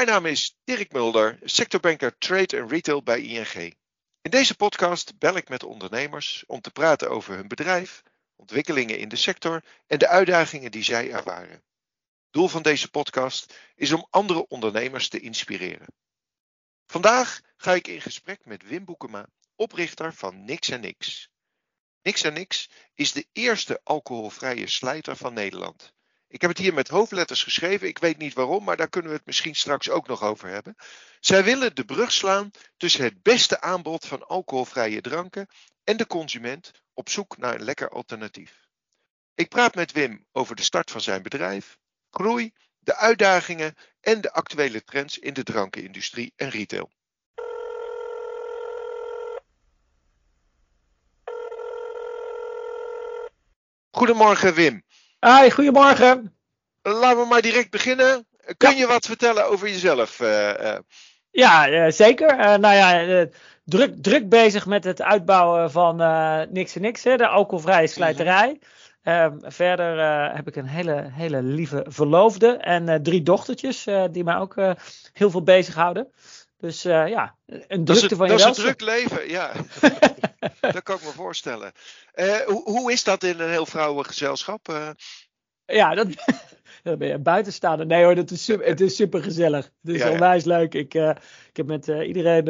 naam is Dirk Mulder, sectorbanker Trade en Retail bij ING. In deze podcast bel ik met ondernemers om te praten over hun bedrijf, ontwikkelingen in de sector en de uitdagingen die zij ervaren. Doel van deze podcast is om andere ondernemers te inspireren. Vandaag ga ik in gesprek met Wim Boekema, oprichter van Nix & Nix. Nix & Nix is de eerste alcoholvrije slijter van Nederland. Ik heb het hier met hoofdletters geschreven, ik weet niet waarom, maar daar kunnen we het misschien straks ook nog over hebben. Zij willen de brug slaan tussen het beste aanbod van alcoholvrije dranken en de consument op zoek naar een lekker alternatief. Ik praat met Wim over de start van zijn bedrijf, groei, de uitdagingen en de actuele trends in de drankenindustrie en retail. Goedemorgen Wim. Hi, goedemorgen. Laten we maar direct beginnen. Kun je wat vertellen over jezelf? Ja, zeker. Druk bezig met het uitbouwen van Nix & Nix, de alcoholvrije slijterij. Verder heb ik een hele lieve verloofde en 3 dochtertjes die mij ook heel veel bezighouden. Dus een drukte van je Dat is een welste. druk leven, ja. Dat kan ik me voorstellen. Hoe is dat in een heel vrouwengezelschap? Ja, dat ben je buitenstaander. Nee hoor, het is super gezellig. Het is onwijs leuk. Ik heb met iedereen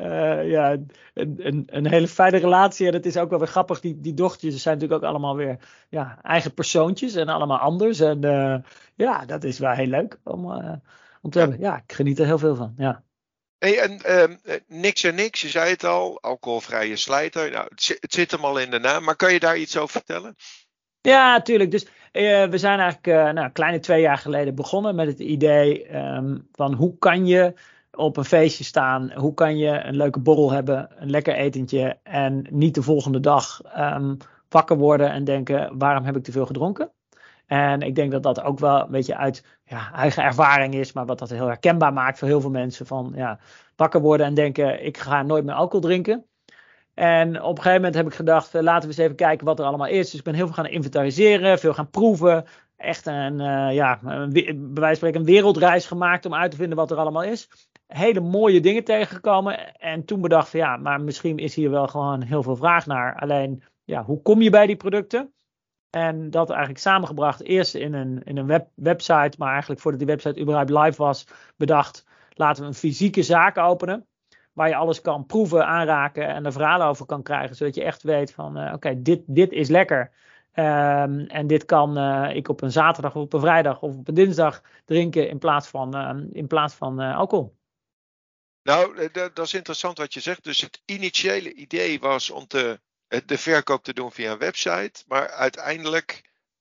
een hele fijne relatie. En het is ook wel weer grappig. Die dochtertjes zijn natuurlijk ook allemaal weer eigen persoontjes. En allemaal anders. En dat is wel heel leuk om te hebben. Ja, ik geniet er heel veel van. Ja. Hey, en Nix & Nix, je zei het al. Alcoholvrije slijter. Nou, het zit hem al in de naam. Maar kan je daar iets over vertellen? Ja, natuurlijk. Dus we zijn eigenlijk een kleine 2 jaar geleden begonnen met het idee van hoe kan je op een feestje staan, hoe kan je een leuke borrel hebben, een lekker etentje en niet de volgende dag wakker worden en denken waarom heb ik te veel gedronken? En ik denk dat dat ook wel een beetje uit eigen ervaring is, maar wat dat heel herkenbaar maakt voor heel veel mensen van wakker worden en denken ik ga nooit meer alcohol drinken. En op een gegeven moment heb ik gedacht, laten we eens even kijken wat er allemaal is. Dus ik ben heel veel gaan inventariseren, veel gaan proeven. Echt bij wijze van spreken een wereldreis gemaakt om uit te vinden wat er allemaal is. Hele mooie dingen tegengekomen. En toen bedacht van maar misschien is hier wel gewoon heel veel vraag naar. Alleen, hoe kom je bij die producten? En dat eigenlijk samengebracht, eerst in een website, maar eigenlijk voordat die website überhaupt live was, bedacht, laten we een fysieke zaak openen. Waar je alles kan proeven, aanraken en er verhalen over kan krijgen. Zodat je echt weet van oké, dit is lekker. En dit kan ik op een zaterdag of op een vrijdag of op een dinsdag drinken in plaats van alcohol. Nou, dat is interessant wat je zegt. Dus het initiële idee was om de verkoop te doen via een website. Maar uiteindelijk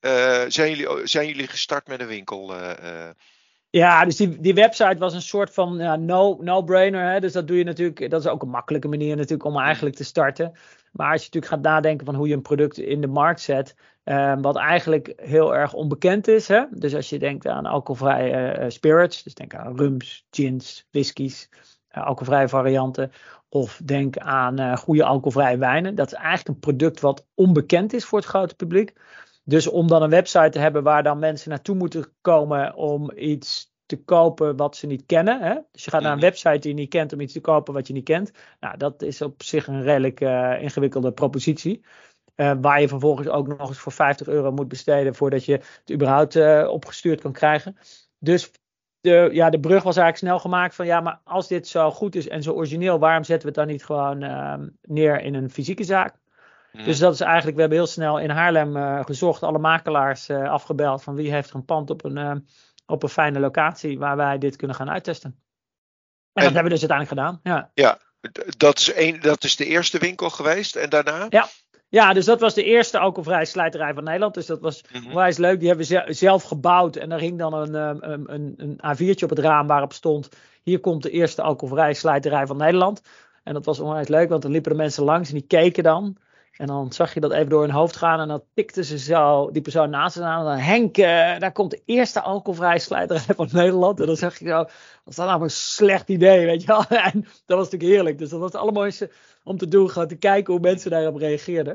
zijn jullie gestart met een winkel. Ja, dus die website was een soort van no-brainer. Hè? Dus dat doe je natuurlijk. Dat is ook een makkelijke manier natuurlijk om eigenlijk te starten. Maar als je natuurlijk gaat nadenken van hoe je een product in de markt zet. Wat eigenlijk heel erg onbekend is. Hè? Dus als je denkt aan alcoholvrije spirits. Dus denk aan rums, gins, whiskies. Alcoholvrije varianten. Of denk aan goede alcoholvrije wijnen. Dat is eigenlijk een product wat onbekend is voor het grote publiek. Dus om dan een website te hebben waar dan mensen naartoe moeten komen om iets te kopen wat ze niet kennen. Hè? Dus je gaat naar een website die je niet kent om iets te kopen wat je niet kent. Nou, dat is op zich een redelijk ingewikkelde propositie. Waar je vervolgens ook nog eens voor €50 moet besteden voordat je het überhaupt opgestuurd kan krijgen. Dus de brug was eigenlijk snel gemaakt van maar als dit zo goed is en zo origineel, waarom zetten we het dan niet gewoon neer in een fysieke zaak? Dus dat is eigenlijk, we hebben heel snel in Haarlem gezocht, alle makelaars afgebeld van wie heeft er een pand op een fijne locatie waar wij dit kunnen gaan uittesten. En dat hebben we dus uiteindelijk gedaan. Ja, dat is de eerste winkel geweest en daarna? Ja, dus dat was de eerste alcoholvrije slijterij van Nederland. Dus dat was onwijs leuk. Die hebben we zelf gebouwd en daar hing dan een A4'tje op het raam waarop stond, hier komt de eerste alcoholvrije slijterij van Nederland. En dat was onwijs leuk, want dan liepen de mensen langs en die keken dan. En dan zag je dat even door hun hoofd gaan en dan tikten ze zo die persoon naast ze aan. En dan Henk, daar komt de eerste alcoholvrije slijterij van Nederland. En dan zag je zo, wat is dat nou een slecht idee, weet je wel. En dat was natuurlijk heerlijk. Dus dat was het allermooiste om te doen, gewoon te kijken hoe mensen daarop reageerden.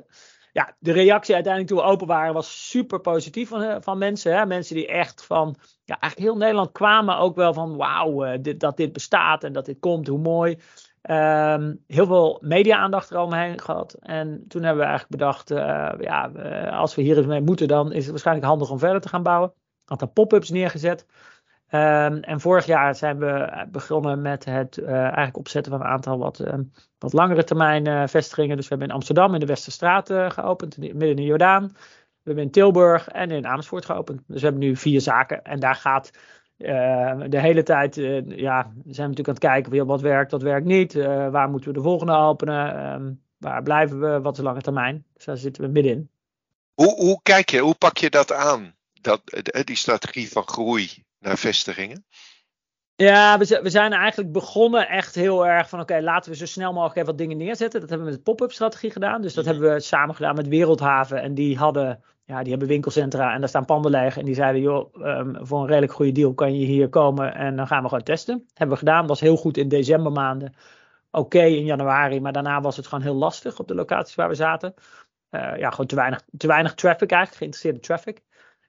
ja, de reactie uiteindelijk toen we open waren was super positief van mensen. Hè? Mensen die echt van, ja, eigenlijk heel Nederland kwamen ook wel van wauw, dat dit bestaat en dat dit komt, hoe mooi. Heel veel media-aandacht eromheen gehad. En toen hebben we eigenlijk bedacht, als we hier eens mee moeten, dan is het waarschijnlijk handig om verder te gaan bouwen. Een aantal pop-ups neergezet. En vorig jaar zijn we begonnen met het eigenlijk opzetten van een aantal wat langere termijn vestigingen. Dus we hebben in Amsterdam in de Westerstraat geopend, midden in de Jordaan. We hebben in Tilburg en in Amersfoort geopend. Dus we hebben nu 4 zaken en daar gaat de hele tijd, zijn we natuurlijk aan het kijken van, wat werkt niet. Waar moeten we de volgende openen? Waar blijven we? Wat is de lange termijn? Dus daar zitten we middenin. Hoe pak je dat aan? Die strategie van groei naar vestigingen? Ja, we zijn eigenlijk begonnen echt heel erg van oké, laten we zo snel mogelijk even wat dingen neerzetten. Dat hebben we met de pop-up strategie gedaan. Dus dat hebben we samen gedaan met Wereldhaven. En die hebben winkelcentra en daar staan panden leeg. En die zeiden, joh, voor een redelijk goede deal kan je hier komen en dan gaan we gewoon testen. Dat hebben we gedaan. Dat was heel goed in decembermaanden. Oké, in januari, maar daarna was het gewoon heel lastig op de locaties waar we zaten. Gewoon te weinig traffic eigenlijk, geïnteresseerde traffic.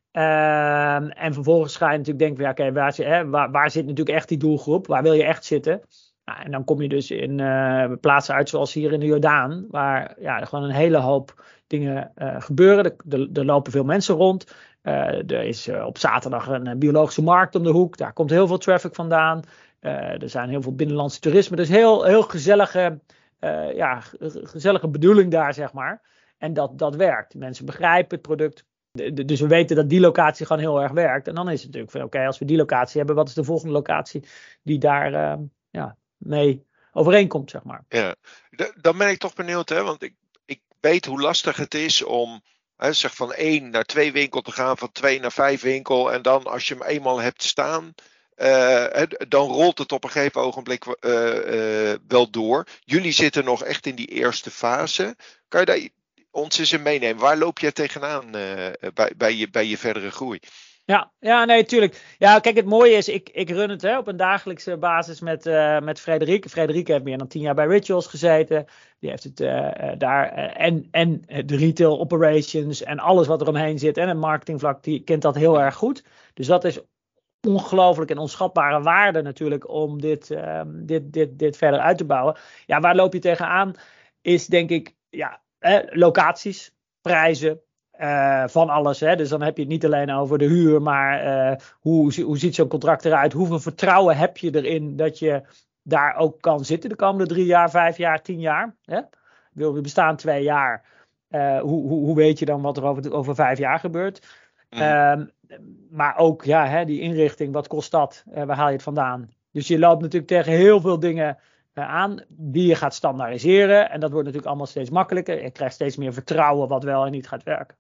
En vervolgens ga je natuurlijk denken, waar zit natuurlijk echt die doelgroep? Waar wil je echt zitten? Nou, en dan kom je dus in plaatsen uit zoals hier in de Jordaan, waar er gewoon een hele hoop dingen gebeuren. Er lopen veel mensen rond. Er is op zaterdag een biologische markt om de hoek. Daar komt heel veel traffic vandaan. Er zijn heel veel binnenlandse toerisme. Dus heel gezellige bedoeling daar, zeg maar. En dat werkt. Mensen begrijpen het product. Dus we weten dat die locatie gewoon heel erg werkt. En dan is het natuurlijk van oké, als we die locatie hebben, wat is de volgende locatie die daar mee overeenkomt, zeg maar. Ja, dan ben ik toch benieuwd, hè? Want ik weet hoe lastig het is om zeg van 1 naar 2 winkel te gaan, van 2 naar 5 winkel. En dan als je hem eenmaal hebt staan, dan rolt het op een gegeven ogenblik wel door. Jullie zitten nog echt in die eerste fase. Kan je daar ons eens in meenemen? Waar loop je tegenaan bij je verdere groei? Ja, nee, tuurlijk. Ja, kijk, het mooie is, ik run het op een dagelijkse basis met Frederik. Frederik heeft meer dan 10 jaar bij Rituals gezeten. Die heeft het daar en de retail operations en alles wat er omheen zit en het marketingvlak, die kent dat heel erg goed. Dus dat is ongelooflijk en onschatbare waarde natuurlijk om dit verder uit te bouwen. Ja, waar loop je tegenaan is denk ik, locaties, prijzen. Van alles. Hè? Dus dan heb je het niet alleen over de huur, maar hoe ziet zo'n contract eruit? Hoeveel vertrouwen heb je erin dat je daar ook kan zitten de komende 3 jaar, 5 jaar, 10 jaar? Hè? We bestaan 2 jaar. Hoe weet je dan wat er over 5 jaar gebeurt? Maar ook die inrichting, wat kost dat? Waar haal je het vandaan? Dus je loopt natuurlijk tegen heel veel dingen aan die je gaat standaardiseren. En dat wordt natuurlijk allemaal steeds makkelijker. Je krijgt steeds meer vertrouwen wat wel en niet gaat werken.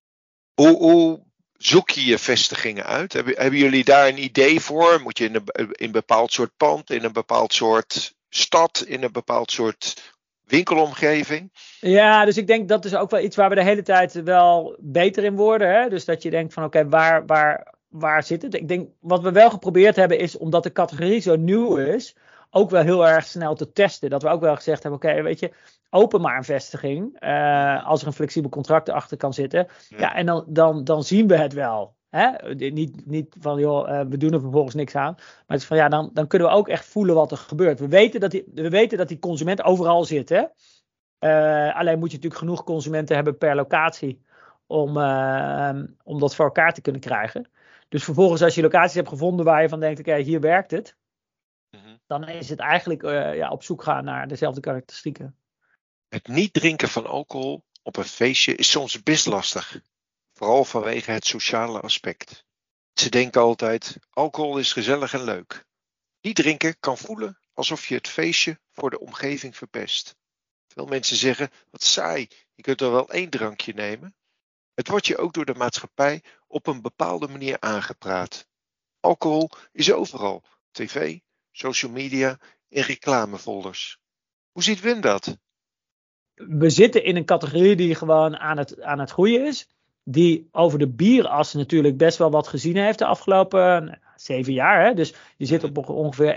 Hoe zoek je je vestigingen uit? Hebben jullie daar een idee voor? Moet je in een bepaald soort pand, in een bepaald soort stad, in een bepaald soort winkelomgeving? Ja, dus ik denk dat is ook wel iets waar we de hele tijd wel beter in worden. Hè? Dus dat je denkt van oké, waar zit het? Ik denk wat we wel geprobeerd hebben is, omdat de categorie zo nieuw is, ook wel heel erg snel te testen. Dat we ook wel gezegd hebben, oké, weet je, open maar een vestiging. Als er een flexibel contract erachter kan zitten. Ja, en dan zien we het wel. Hè? Niet van, joh, we doen er vervolgens niks aan. Maar het is van, dan kunnen we ook echt voelen wat er gebeurt. We weten dat die consument overal zit. Hè? Alleen moet je natuurlijk genoeg consumenten hebben per locatie om dat voor elkaar te kunnen krijgen. Dus vervolgens als je locaties hebt gevonden waar je van denkt, oké, hier werkt het. Dan is het eigenlijk op zoek gaan naar dezelfde karakteristieken. Het niet drinken van alcohol op een feestje is soms best lastig. Vooral vanwege het sociale aspect. Ze denken altijd, alcohol is gezellig en leuk. Niet drinken kan voelen alsof je het feestje voor de omgeving verpest. Veel mensen zeggen, wat saai, je kunt er wel 1 drankje nemen. Het wordt je ook door de maatschappij op een bepaalde manier aangepraat. Alcohol is overal, tv, social media, in reclamefolders. Hoe ziet Wim dat? We zitten in een categorie die gewoon aan het groeien is. Die over de bieras natuurlijk best wel wat gezien heeft de afgelopen 7 jaar. Hè? Dus je zit op ongeveer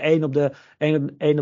1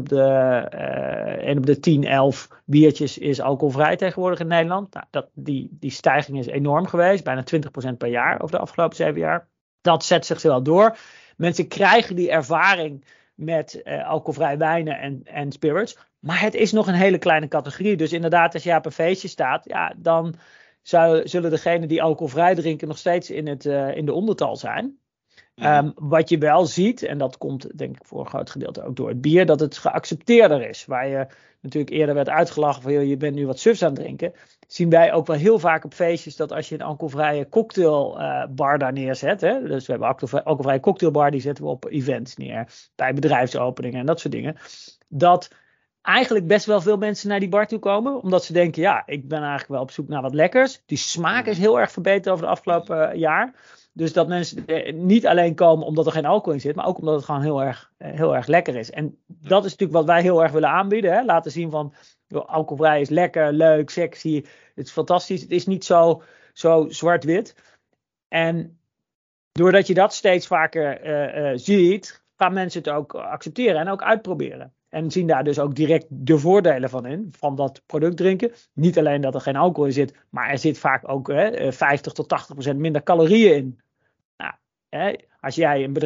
op de 10, 11 biertjes is alcoholvrij tegenwoordig in Nederland. Nou, die stijging is enorm geweest. Bijna 20% per jaar over de afgelopen 7 jaar. Dat zet zich wel door. Mensen krijgen die ervaring met alcoholvrij wijnen en spirits. Maar het is nog een hele kleine categorie. Dus inderdaad, als je op een feestje staat, ja, dan zullen degenen die alcoholvrij drinken nog steeds in de ondertal zijn. Wat je wel ziet, en dat komt denk ik voor een groot gedeelte ook door het bier, dat het geaccepteerder is. Waar je natuurlijk eerder werd uitgelachen van je bent nu wat sufs aan het drinken. Zien wij ook wel heel vaak op feestjes dat als je een alcoholvrije cocktailbar daar neerzet. Hè, dus we hebben een alcoholvrije cocktailbar, die zetten we op events neer. Bij bedrijfsopeningen en dat soort dingen. Dat eigenlijk best wel veel mensen naar die bar toe komen. Omdat ze denken, ja, ik ben eigenlijk wel op zoek naar wat lekkers. Die smaak is heel erg verbeterd over de afgelopen jaar. Dus dat mensen niet alleen komen omdat er geen alcohol in zit, maar ook omdat het gewoon heel erg lekker is. En dat is natuurlijk wat wij heel erg willen aanbieden. Hè? Laten zien van, alcoholvrij is lekker, leuk, sexy. Het is fantastisch. Het is niet zo zwart-wit. En doordat je dat steeds vaker ziet, gaan mensen het ook accepteren en ook uitproberen. En zien daar dus ook direct de voordelen van in, van dat product drinken. Niet alleen dat er geen alcohol in zit, maar er zit vaak ook 50 tot 80% minder calorieën in. Nou, als jij een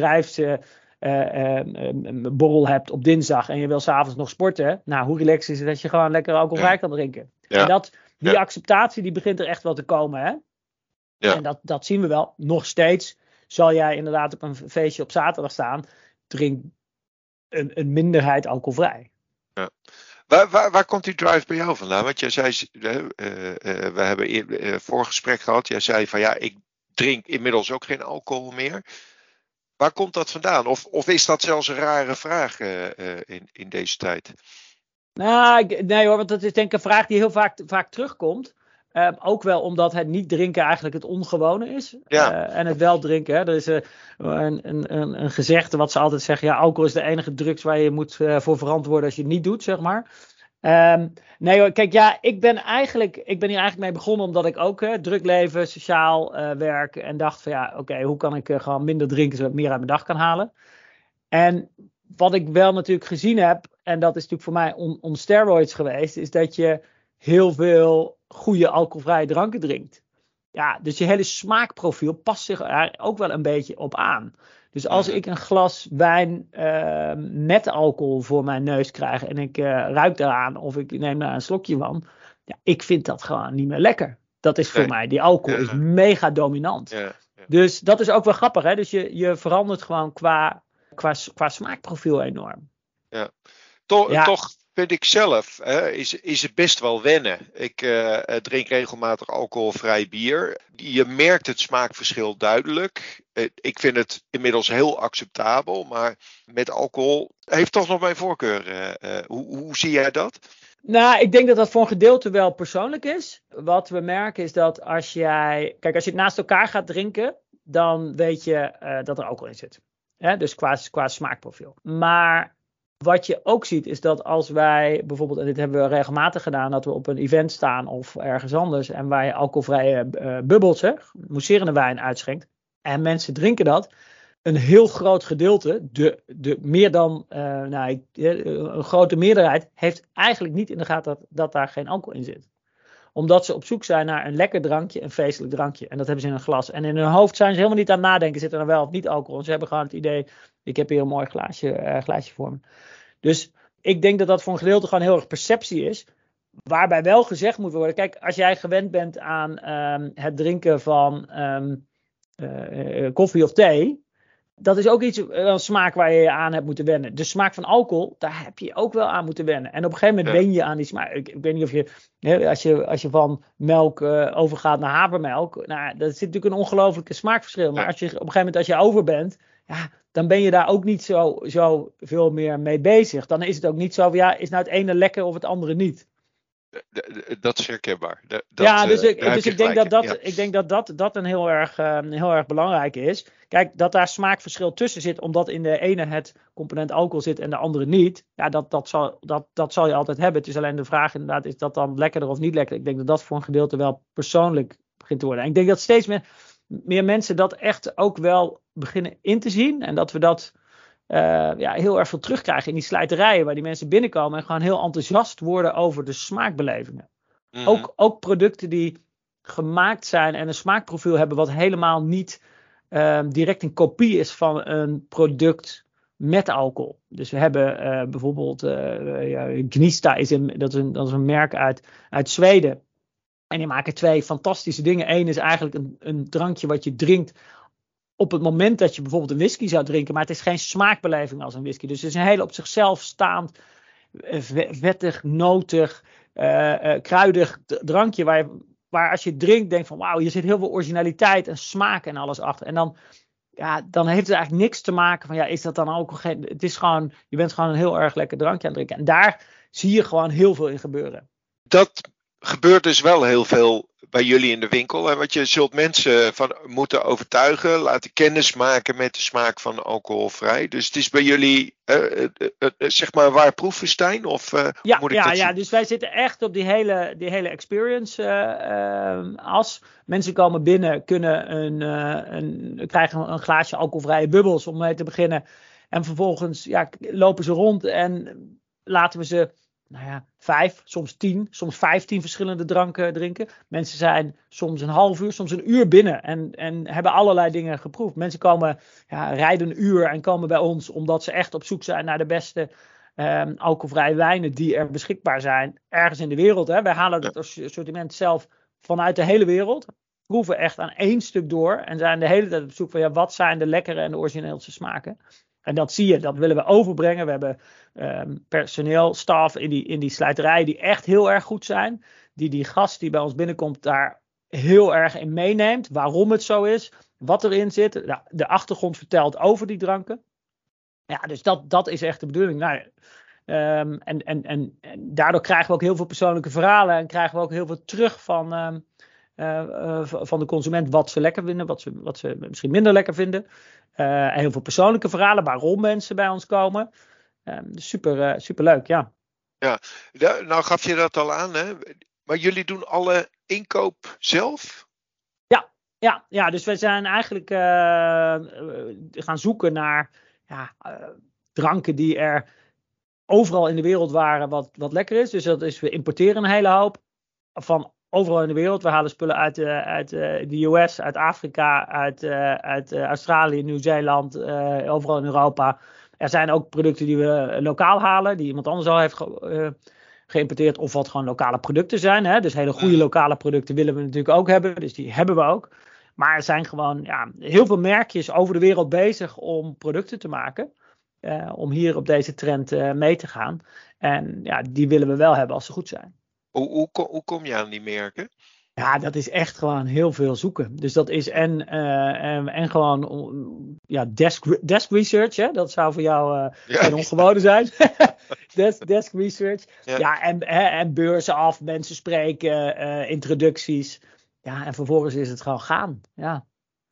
bedrijfsborrel hebt op dinsdag en je wil 's avonds nog sporten. Nou, hoe relaxed is het dat je gewoon lekker alcoholvrij kan drinken. Ja. En die acceptatie die begint er echt wel te komen. Hè? Ja. En dat zien we wel. Nog steeds zal jij inderdaad op een feestje op zaterdag staan. Drink een minderheid alcoholvrij. Ja. Waar komt die drive bij jou vandaan? Want jij zei, we hebben vorig gesprek gehad. Jij zei van ja, ik drink inmiddels ook geen alcohol meer. Waar komt dat vandaan? Of is dat zelfs een rare vraag in deze tijd? Nou, nee hoor, want dat is denk ik een vraag die heel vaak terugkomt. Ook wel omdat het niet drinken eigenlijk het ongewone is. Ja. En het wel drinken. Hè. Er is een gezegde wat ze altijd zeggen. Ja, alcohol is de enige drugs waar je moet voor verantwoorden als je het niet doet, zeg maar. Nee hoor, kijk, ja, ik ben hier eigenlijk mee begonnen omdat ik ook druk leven, sociaal werk. En dacht van ja, oké, hoe kan ik gewoon minder drinken zodat ik meer uit mijn dag kan halen. En wat ik wel natuurlijk gezien heb, en dat is natuurlijk voor mij on steroids geweest, is dat je heel veel goede alcoholvrije dranken drinkt. Ja, dus je hele smaakprofiel past zich er ook wel een beetje op aan. Dus als ik een glas wijn met alcohol voor mijn neus krijg en ik ruik daaraan of ik neem daar een slokje van, ja, ik vind dat gewoon niet meer lekker. Dat is voor mij, die alcohol is mega dominant. Ja. Dus dat is ook wel grappig, hè? Dus je verandert gewoon qua smaakprofiel enorm. Ja. Toch vind ik zelf, is het best wel wennen. Ik drink regelmatig alcoholvrij bier. Je merkt het smaakverschil duidelijk. Ik vind het inmiddels heel acceptabel, maar met alcohol heeft toch nog mijn voorkeur. Hoe zie jij dat? Nou, ik denk dat dat voor een gedeelte wel persoonlijk is. Wat we merken is dat als je het naast elkaar gaat drinken, dan weet je dat er alcohol in zit. Dus qua smaakprofiel. Maar wat je ook ziet is dat als wij bijvoorbeeld, en dit hebben we regelmatig gedaan, dat we op een event staan of ergens anders en wij alcoholvrije bubbels, mousserende wijn uitschenkt en mensen drinken dat, een heel groot gedeelte, meer dan een grote meerderheid, heeft eigenlijk niet in de gaten dat daar geen alcohol in zit. Omdat ze op zoek zijn naar een lekker drankje, een feestelijk drankje. En dat hebben ze in een glas. En in hun hoofd zijn ze helemaal niet aan het nadenken. Zit er nou wel of niet alcohol? Ze hebben gewoon het idee, ik heb hier een mooi glaasje voor me. Dus ik denk dat dat voor een gedeelte gewoon heel erg perceptie is. Waarbij wel gezegd moet worden. Kijk, als jij gewend bent aan het drinken van koffie of thee. Dat is ook een smaak waar je aan hebt moeten wennen. De smaak van alcohol, daar heb je ook wel aan moeten wennen. En op een gegeven moment ben je aan die smaak. Ik weet niet of je, als je van melk overgaat naar havermelk. Nou, dat zit natuurlijk een ongelofelijke smaakverschil. Maar als je op een gegeven moment, als je over bent, ja, dan ben je daar ook niet zo veel meer mee bezig. Dan is het ook niet zo van, ja, is nou het ene lekker of het andere niet. Dat is herkenbaar. Ik denk dat een heel erg belangrijk is. Kijk, dat daar smaakverschil tussen zit, omdat in de ene het component alcohol zit en de andere niet. Ja, dat zal je altijd hebben. Het is alleen de vraag inderdaad, is dat dan lekkerder of niet lekker? Ik denk dat dat voor een gedeelte wel persoonlijk begint te worden. En ik denk dat steeds meer meer mensen dat echt ook wel beginnen in te zien. En dat we dat heel erg veel terugkrijgen in die slijterijen waar die mensen binnenkomen en gewoon heel enthousiast worden over de smaakbelevingen. Mhm. Ook producten die gemaakt zijn en een smaakprofiel hebben wat helemaal niet direct een kopie is van een product met alcohol. Dus we hebben bijvoorbeeld Gnista, dat is een merk uit Zweden. En die maken 2 fantastische dingen. Eén is eigenlijk een drankje wat je drinkt op het moment dat je bijvoorbeeld een whisky zou drinken. Maar het is geen smaakbeleving als een whisky. Dus het is een hele op zichzelf staand, vettig, notig, kruidig drankje waar als je het drinkt denkt van wauw, hier zit heel veel originaliteit en smaak en alles achter. En dan heeft het eigenlijk niks te maken van is dat dan alcohol? Het is gewoon, je bent gewoon een heel erg lekker drankje aan het drinken. En daar zie je gewoon heel veel in gebeuren. Dat gebeurt dus wel heel veel bij jullie in de winkel. Hè? Want je zult mensen van moeten overtuigen, laten kennis maken met de smaak van alcoholvrij. Dus het is bij jullie zeg maar waar proefenstein? Of moet ik dat zien? Dus wij zitten echt op die hele experience as. Mensen komen binnen, krijgen een glaasje alcoholvrije bubbels om mee te beginnen. En vervolgens lopen ze rond en laten we ze 5, soms 10, soms 15 verschillende dranken drinken. Mensen zijn soms een half uur, soms een uur binnen en hebben allerlei dingen geproefd. Mensen rijden een uur en komen bij ons omdat ze echt op zoek zijn naar de beste alcoholvrije wijnen die er beschikbaar zijn ergens in de wereld. Hè. Wij halen het assortiment zelf vanuit de hele wereld. Proeven echt aan 1 stuk door en zijn de hele tijd op zoek van wat zijn de lekkere en de origineelste smaken. En dat zie je, dat willen we overbrengen. We hebben personeel, staf in die slijterij die echt heel erg goed zijn. Die gast die bij ons binnenkomt daar heel erg in meeneemt. Waarom het zo is, wat erin zit. Nou, de achtergrond vertelt over die dranken. Ja, dus dat is echt de bedoeling. En daardoor krijgen we ook heel veel persoonlijke verhalen. En krijgen we ook heel veel terug van de consument wat ze lekker vinden, wat ze misschien minder lekker vinden. En heel veel persoonlijke verhalen waarom mensen bij ons komen. Dus super leuk, ja. Ja, nou gaf je dat al aan, hè? Maar jullie doen alle inkoop zelf? Ja, dus we zijn eigenlijk gaan zoeken naar dranken die er overal in de wereld waren wat lekker is. Dus dat is, we importeren een hele hoop van overal in de wereld. We halen spullen uit de US, uit Afrika, uit Australië, Nieuw-Zeeland, overal in Europa. Er zijn ook producten die we lokaal halen, die iemand anders al heeft geïmporteerd, of wat gewoon lokale producten zijn. Hè? Dus hele goede lokale producten willen we natuurlijk ook hebben, dus die hebben we ook. Maar er zijn gewoon heel veel merkjes over de wereld bezig om producten te maken. Om hier op deze trend mee te gaan. En die willen we wel hebben als ze goed zijn. Hoe kom je aan die merken? Ja, dat is echt gewoon heel veel zoeken. Dus dat is en gewoon desk research. Hè? Dat zou voor jou geen ongewone zijn. desk research. Ja, en beurzen af, mensen spreken, introducties. Ja, en vervolgens is het gewoon gaan. Ja.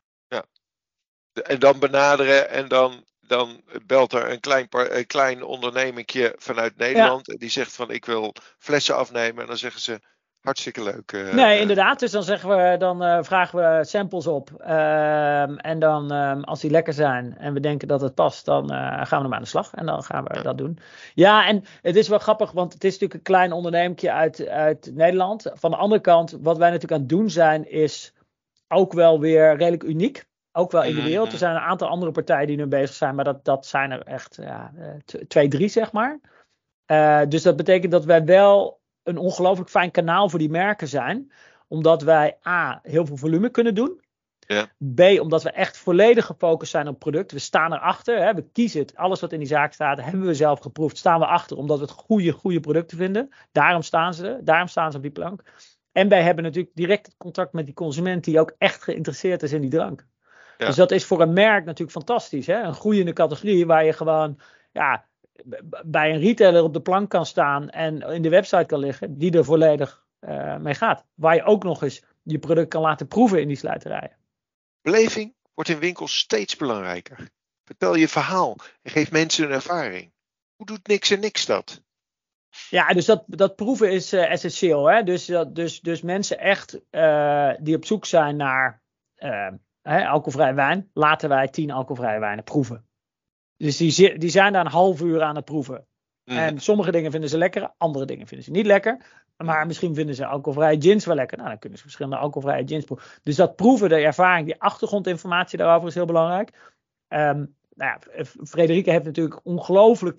En dan benaderen en dan belt er een klein ondernemingje vanuit Nederland. Die zegt van ik wil flessen afnemen. En dan zeggen ze hartstikke leuk. Nee, inderdaad. Dus dan vragen we samples op. En dan als die lekker zijn en we denken dat het past, dan gaan we ermee aan de slag. En dan gaan we dat doen. Ja, en het is wel grappig, want het is natuurlijk een klein ondernemingje uit Nederland. Van de andere kant, wat wij natuurlijk aan het doen zijn, is ook wel weer redelijk uniek. Ook wel in de wereld. Er zijn een aantal andere partijen die nu bezig zijn, maar dat zijn er echt 2, 3 zeg maar. Dus dat betekent dat wij wel een ongelooflijk fijn kanaal voor die merken zijn. Omdat wij A, heel veel volume kunnen doen. Ja. B, omdat we echt volledig gefocust zijn op product. We staan erachter. Hè, we kiezen het. Alles wat in die zaak staat, hebben we zelf geproefd. Staan we achter, omdat we het goede producten vinden. Daarom staan ze op die plank. En wij hebben natuurlijk direct het contact met die consument die ook echt geïnteresseerd is in die drank. Ja. Dus dat is voor een merk natuurlijk fantastisch. Hè? Een groeiende categorie waar je gewoon bij een retailer op de plank kan staan en in de website kan liggen, die er volledig mee gaat. Waar je ook nog eens je product kan laten proeven in die slijterijen. Beleving wordt in winkels steeds belangrijker. Vertel je verhaal en geef mensen een ervaring. Hoe doet Niks en Niks dat? Ja, dus dat proeven is essentieel. Hè? Dus mensen echt die op zoek zijn naar alcoholvrij wijn, laten wij 10 alcoholvrije wijnen proeven. Dus die zijn daar een half uur aan het proeven. En sommige dingen vinden ze lekker, andere dingen vinden ze niet lekker. Maar misschien vinden ze alcoholvrije gins wel lekker. Nou, dan kunnen ze verschillende alcoholvrije gins proeven. Dus dat proeven, de ervaring, die achtergrondinformatie daarover is heel belangrijk. Frederike heeft natuurlijk ongelooflijk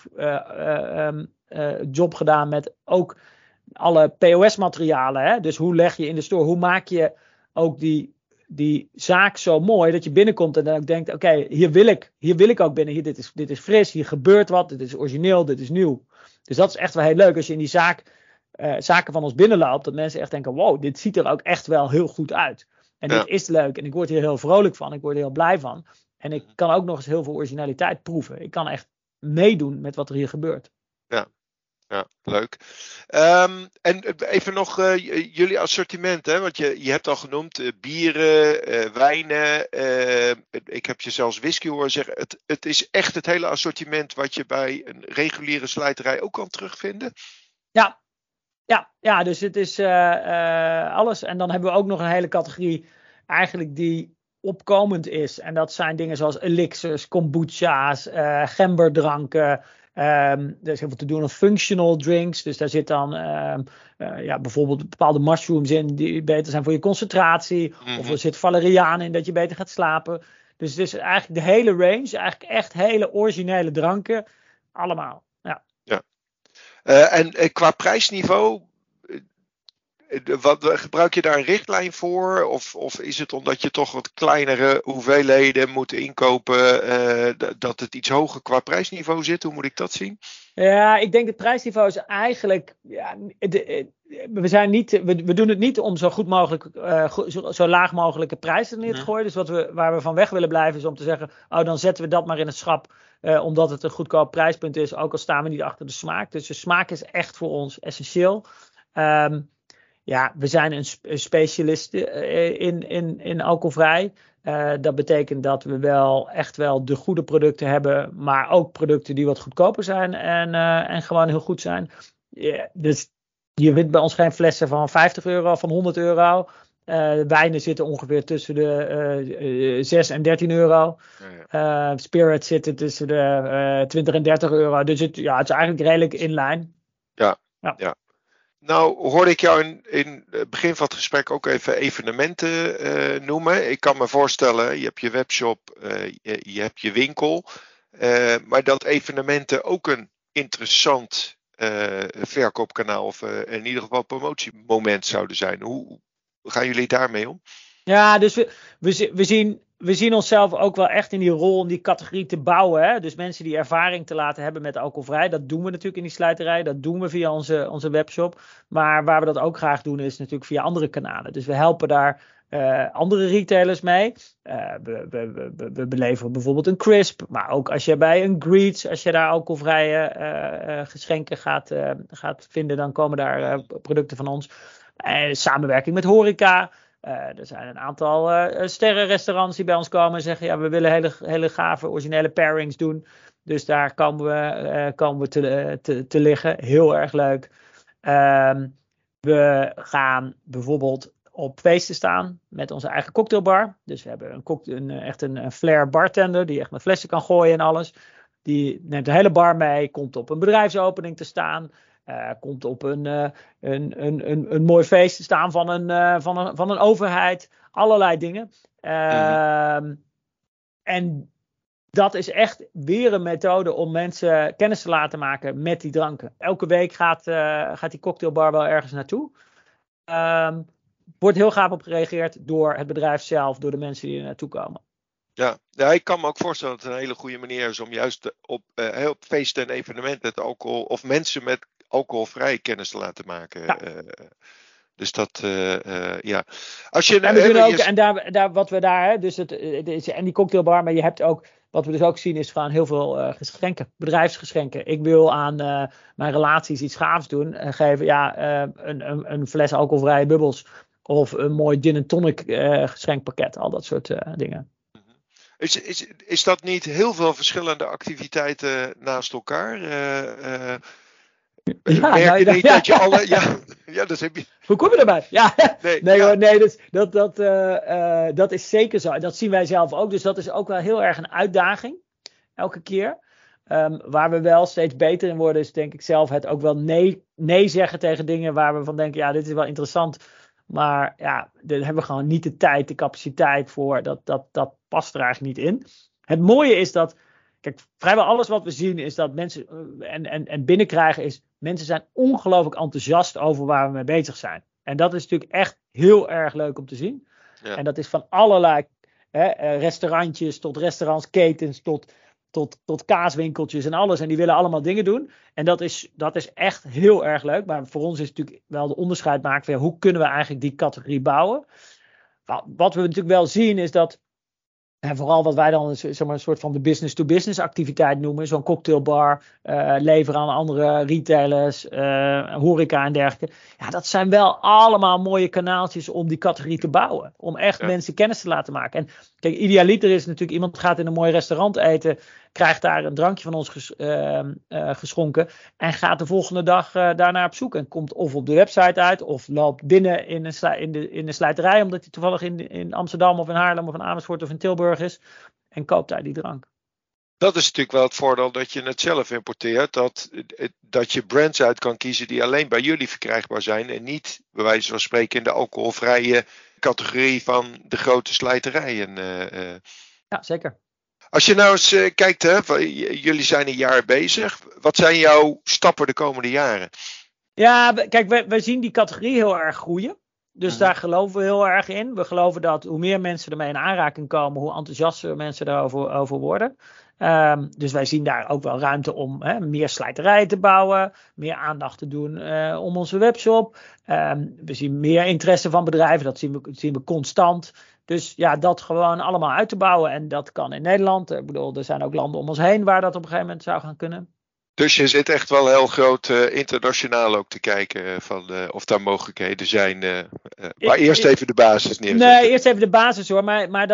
job gedaan met ook alle POS-materialen. Dus hoe leg je in de store, hoe maak je ook die zaak zo mooi dat je binnenkomt en dan ook denkt, oké, hier wil ik ook binnen. Hier, dit is fris, hier gebeurt wat, dit is origineel, dit is nieuw. Dus dat is echt wel heel leuk als je in die zaken van ons binnenloopt, dat mensen echt denken, wow, dit ziet er ook echt wel heel goed uit. En dit is leuk en ik word hier heel vrolijk van, ik word er heel blij van. En ik kan ook nog eens heel veel originaliteit proeven. Ik kan echt meedoen met wat er hier gebeurt. Ja, leuk. En even nog jullie assortiment, hè? Want je hebt al genoemd bieren, wijnen. Ik heb je zelfs whisky horen zeggen. Het is echt het hele assortiment wat je bij een reguliere slijterij ook kan terugvinden? Ja, dus het is alles. En dan hebben we ook nog een hele categorie eigenlijk die opkomend is. En dat zijn dingen zoals elixirs, kombucha's, gemberdranken. Er is heel veel te doen aan functional drinks. Dus daar zit dan bijvoorbeeld bepaalde mushrooms in die beter zijn voor je concentratie. Of er zit valeriaan in dat je beter gaat slapen. Dus het is eigenlijk de hele range. Eigenlijk echt hele originele dranken. Allemaal. Ja. En qua prijsniveau, gebruik je daar een richtlijn voor? Of is het omdat je toch wat kleinere hoeveelheden moet inkopen, dat het iets hoger qua prijsniveau zit? Hoe moet ik dat zien? Ja, ik denk het prijsniveau is eigenlijk, we doen het niet om zo goed mogelijk, zo laag mogelijke prijzen neer te gooien. Dus waar we van weg willen blijven is om te zeggen, dan zetten we dat maar in het schap, omdat het een goedkoop prijspunt is, ook al staan we niet achter de smaak. Dus de smaak is echt voor ons essentieel. We zijn een specialist in alcoholvrij. Dat betekent dat we echt wel de goede producten hebben, maar ook producten die wat goedkoper zijn en gewoon heel goed zijn. Dus je wint bij ons geen flessen van €50 of van €100. Wijnen zitten ongeveer tussen de €6 en €13. Spirits zitten tussen de €20 en €30. Dus het is eigenlijk redelijk in lijn. Ja. Nou hoorde ik jou in het begin van het gesprek ook even evenementen noemen. Ik kan me voorstellen, je hebt je webshop, je hebt je winkel. Maar dat evenementen ook een interessant verkoopkanaal of in ieder geval promotiemoment zouden zijn. Hoe gaan jullie daarmee om? Ja, dus we zien onszelf ook wel echt in die rol om die categorie te bouwen. Hè? Dus mensen die ervaring te laten hebben met alcoholvrij. Dat doen we natuurlijk in die slijterij. Dat doen we via onze webshop. Maar waar we dat ook graag doen is natuurlijk via andere kanalen. Dus we helpen daar andere retailers mee. We beleveren bijvoorbeeld een Crisp. Maar ook als je bij een Greets, als je daar alcoholvrije geschenken gaat vinden, dan komen daar producten van ons. Samenwerking met horeca. Er zijn een aantal sterrenrestaurants die bij ons komen en zeggen, we willen hele gave originele pairings doen. Dus daar komen we te liggen. Heel erg leuk. We gaan bijvoorbeeld op feesten staan met onze eigen cocktailbar. Dus we hebben echt een flair bartender die echt met flessen kan gooien en alles. Die neemt de hele bar mee, komt op een bedrijfsopening te staan. Komt op een mooi feest te staan van een overheid. Allerlei dingen. En dat is echt weer een methode om mensen kennis te laten maken met die dranken. Elke week gaat die cocktailbar wel ergens naartoe. Wordt heel gaaf op gereageerd door het bedrijf zelf, door de mensen die er naartoe komen. Ja, ik kan me ook voorstellen dat het een hele goede manier is om juist op feesten en evenementen het alcohol of mensen met alcoholvrij kennis te laten maken. Ja. Dus dat, ja. Als je, en we doen ook, en wat we daar, dus en die cocktailbar, maar je hebt ook, wat we dus ook zien is gewoon heel veel geschenken, bedrijfsgeschenken. Ik wil aan mijn relaties iets gaafs doen, geven, een fles alcoholvrije bubbels of een mooi gin and tonic geschenkpakket, al dat soort dingen. Is dat niet heel veel verschillende activiteiten naast elkaar? Merk je niet dat je alle... Ja, dat heb je... Hoe kom je erbij? Ja, nee ja. hoor, nee, dus dat is zeker zo. Dat zien wij zelf ook. Dus dat is ook wel heel erg een uitdaging. Elke keer. Waar we wel steeds beter in worden, is denk ik zelf het ook wel nee zeggen tegen dingen waar we van denken, ja, dit is wel interessant. Maar ja, daar hebben we gewoon niet de tijd, de capaciteit voor. Dat past er eigenlijk niet in. Het mooie is dat, kijk, vrijwel alles wat we zien is dat mensen en binnenkrijgen is, mensen zijn ongelooflijk enthousiast over waar we mee bezig zijn. En dat is natuurlijk echt heel erg leuk om te zien. Ja. En dat is van allerlei restaurantjes tot restaurants, ketens, tot kaaswinkeltjes en alles. En die willen allemaal dingen doen. En dat is echt heel erg leuk. Maar voor ons is natuurlijk wel de onderscheid maken van hoe kunnen we eigenlijk die categorie bouwen. Wat we natuurlijk wel zien is dat, en vooral wat wij dan zeg maar, een soort van de business-to-business activiteit noemen. Zo'n cocktailbar, leveren aan andere retailers, horeca en dergelijke. Ja, dat zijn wel allemaal mooie kanaaltjes om die categorie te bouwen. Om echt mensen kennis te laten maken. En kijk, idealiter is natuurlijk iemand gaat in een mooi restaurant eten. Krijgt daar een drankje van ons geschonken. En gaat de volgende dag daarnaar op zoek. En komt of op de website uit. Of loopt binnen in de slijterij. Omdat hij toevallig in Amsterdam of in Haarlem of in Amersfoort of in Tilburg is. En koopt daar die drank. Dat is natuurlijk wel het voordeel dat je het zelf importeert. Dat je brands uit kan kiezen die alleen bij jullie verkrijgbaar zijn. En niet, bij wijze van spreken, in de alcoholvrije categorie van de grote slijterijen. Ja, zeker. Als je nou eens kijkt, jullie zijn een jaar bezig. Wat zijn jouw stappen de komende jaren? Ja, kijk, we zien die categorie heel erg groeien. Dus daar geloven we heel erg in. We geloven dat hoe meer mensen ermee in aanraking komen, hoe enthousiaster mensen daarover worden. Dus wij zien daar ook wel ruimte om meer slijterijen te bouwen, meer aandacht te doen om onze webshop. We zien meer interesse van bedrijven, dat zien we constant. Dus ja, dat gewoon allemaal uit te bouwen. En dat kan in Nederland. Ik bedoel, er zijn ook landen om ons heen waar dat op een gegeven moment zou gaan kunnen. Dus je zit echt wel heel groot internationaal ook te kijken van of daar mogelijkheden zijn. Maar eerst even de basis neerzetten. Nee, eerst even de basis hoor. Maar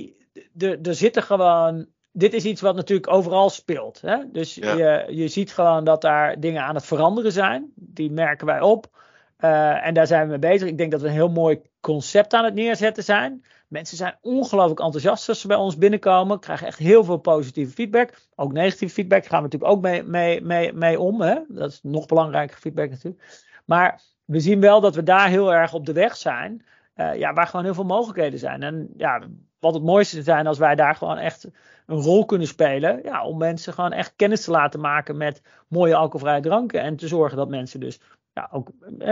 er zitten gewoon... Dit is iets wat natuurlijk overal speelt. Hè? Dus je ziet gewoon dat daar dingen aan het veranderen zijn. Die merken wij op. En daar zijn we mee bezig. Ik denk dat we een heel mooi concept aan het neerzetten zijn. Mensen zijn ongelooflijk enthousiast als ze bij ons binnenkomen. Krijgen echt heel veel positieve feedback. Ook negatieve feedback. Daar gaan we natuurlijk ook mee om. Hè? Dat is nog belangrijker feedback natuurlijk. Maar we zien wel dat we daar heel erg op de weg zijn. Waar gewoon heel veel mogelijkheden zijn. En ja, wat het mooiste zou zijn als wij daar gewoon echt een rol kunnen spelen. Ja, om mensen gewoon echt kennis te laten maken met mooie alcoholvrije dranken. En te zorgen dat mensen dus ook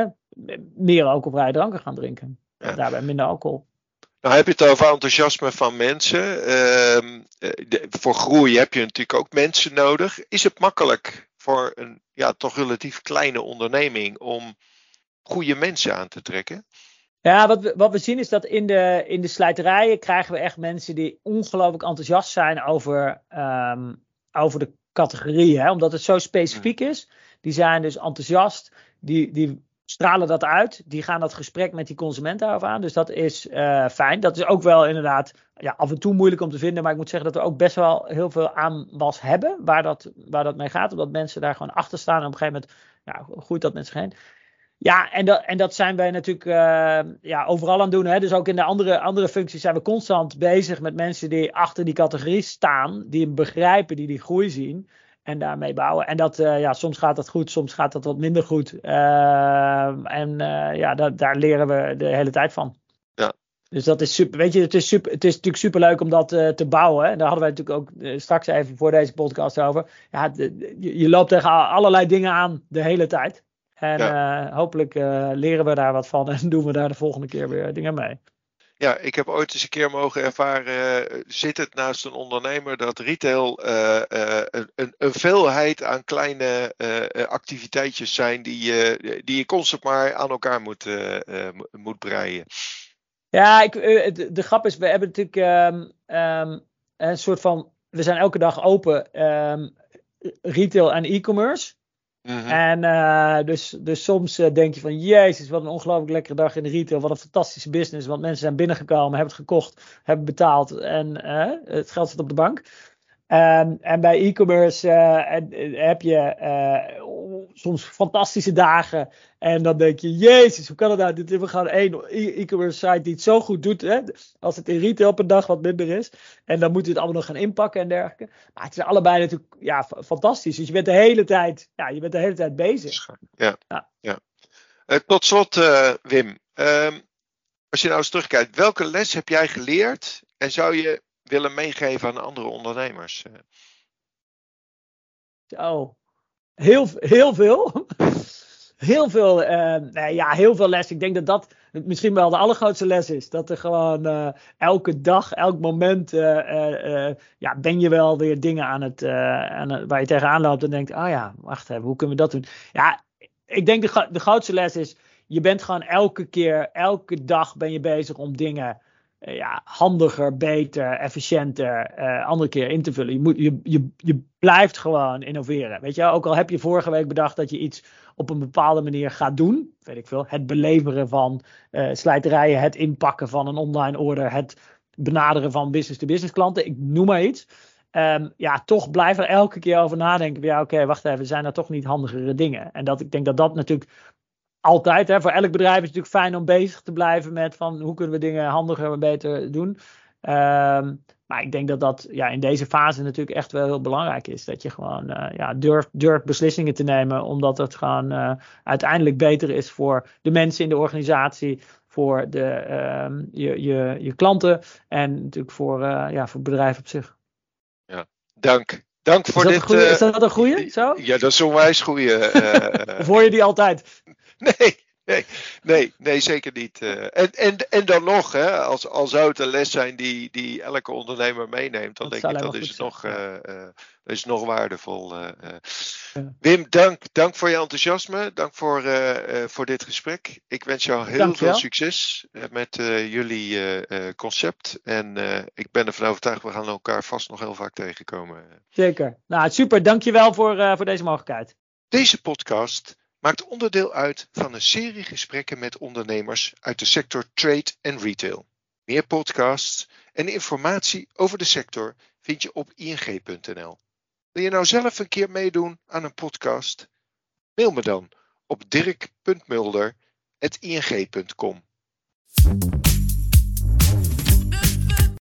meer alcoholvrije dranken gaan drinken. En daarbij minder alcohol. Nou heb je het over enthousiasme van mensen. Voor groei heb je natuurlijk ook mensen nodig. Is het makkelijk voor een toch relatief kleine onderneming om goede mensen aan te trekken? Ja, wat we zien is dat in de slijterijen krijgen we echt mensen die ongelooflijk enthousiast zijn over de categorie. Hè? Omdat het zo specifiek is. Die zijn dus enthousiast. Die stralen dat uit. Die gaan dat gesprek met die consument daarover aan. Dus dat is fijn. Dat is ook wel inderdaad af en toe moeilijk om te vinden. Maar ik moet zeggen dat we ook best wel heel veel aanwas hebben. Waar dat mee gaat. Omdat mensen daar gewoon achter staan. En op een gegeven moment groeit dat met zich heen. Ja, en dat zijn wij natuurlijk overal aan het doen. Hè? Dus ook in de andere functies zijn we constant bezig met mensen die achter die categorie staan. Die hem begrijpen, die groei zien. En daarmee bouwen. En dat, soms gaat dat goed, soms gaat dat wat minder goed. Daar leren we de hele tijd van. Ja. Dus dat is super. Weet je, het is natuurlijk superleuk om dat te bouwen. Hè? Daar hadden wij natuurlijk ook straks even voor deze podcast over. Ja, je loopt tegen allerlei dingen aan de hele tijd. En hopelijk leren we daar wat van en doen we daar de volgende keer weer dingen mee. Ja, ik heb ooit eens een keer mogen ervaren, zit het naast een ondernemer dat retail een veelheid aan kleine activiteitjes zijn die je constant maar aan elkaar moet breien. Ja, de grap is, we hebben natuurlijk een soort van, we zijn elke dag open, retail en e-commerce. Mm-hmm. En dus soms denk je van jezus, wat een ongelooflijk lekkere dag in de retail. Wat een fantastische business. Want mensen zijn binnengekomen, hebben het gekocht, hebben betaald en het geld zit op de bank. En bij e-commerce heb je soms fantastische dagen. En dan denk je, jezus, hoe kan het nou? Dit is gewoon één e-commerce site die het zo goed doet. Hè? Als het in retail op een dag wat minder is. En dan moet je het allemaal nog gaan inpakken en dergelijke. Maar het is allebei natuurlijk fantastisch. Dus je bent de hele tijd bezig. Ja. Tot slot, Wim. Als je nou eens terugkijkt, welke les heb jij geleerd en zou je willen meegeven aan andere ondernemers? Heel veel. Heel veel, heel veel les. Ik denk dat misschien wel de allergrootste les is. Dat er gewoon elke dag, elk moment ben je wel weer dingen aan het waar je tegenaan loopt en denkt, wacht even, hoe kunnen we dat doen? Ja, ik denk de grootste les is, je bent gewoon elke dag ben je bezig om dingen handiger, beter, efficiënter, andere keer in te vullen. Je blijft gewoon innoveren. Weet je, ook al heb je vorige week bedacht dat je iets op een bepaalde manier gaat doen, weet ik veel, het beleveren van slijterijen, het inpakken van een online order, het benaderen van business-to-business klanten, ik noem maar iets. Toch blijf er elke keer over nadenken. Oké, wacht even, zijn er toch niet handigere dingen? En ik denk dat natuurlijk altijd, hè, voor elk bedrijf is het natuurlijk fijn om bezig te blijven met van hoe kunnen we dingen handiger en beter doen. Maar ik denk dat in deze fase natuurlijk echt wel heel belangrijk is. Dat je gewoon durft beslissingen te nemen. Omdat het gewoon uiteindelijk beter is voor de mensen in de organisatie. Voor je klanten. En natuurlijk voor het bedrijf op zich. Ja, dank. Dank voor dit. Is dat een goeie? Zo? Ja, dat is onwijs goeie. Of hoor je die altijd? Nee, zeker niet. En dan nog, hè, als zou het een les zijn die elke ondernemer meeneemt, dan denk ik dat is nog waardevol. Wim, dank voor je enthousiasme. Dank voor dit gesprek. Ik wens jou heel veel succes met jullie concept. En ik ben ervan overtuigd, we gaan elkaar vast nog heel vaak tegenkomen. Zeker. Nou, super. Dankjewel voor deze mogelijkheid. Deze podcast maakt onderdeel uit van een serie gesprekken met ondernemers uit de sector trade en retail. Meer podcasts en informatie over de sector vind je op ing.nl. Wil je nou zelf een keer meedoen aan een podcast? Mail me dan op dirk.mulder@ing.com.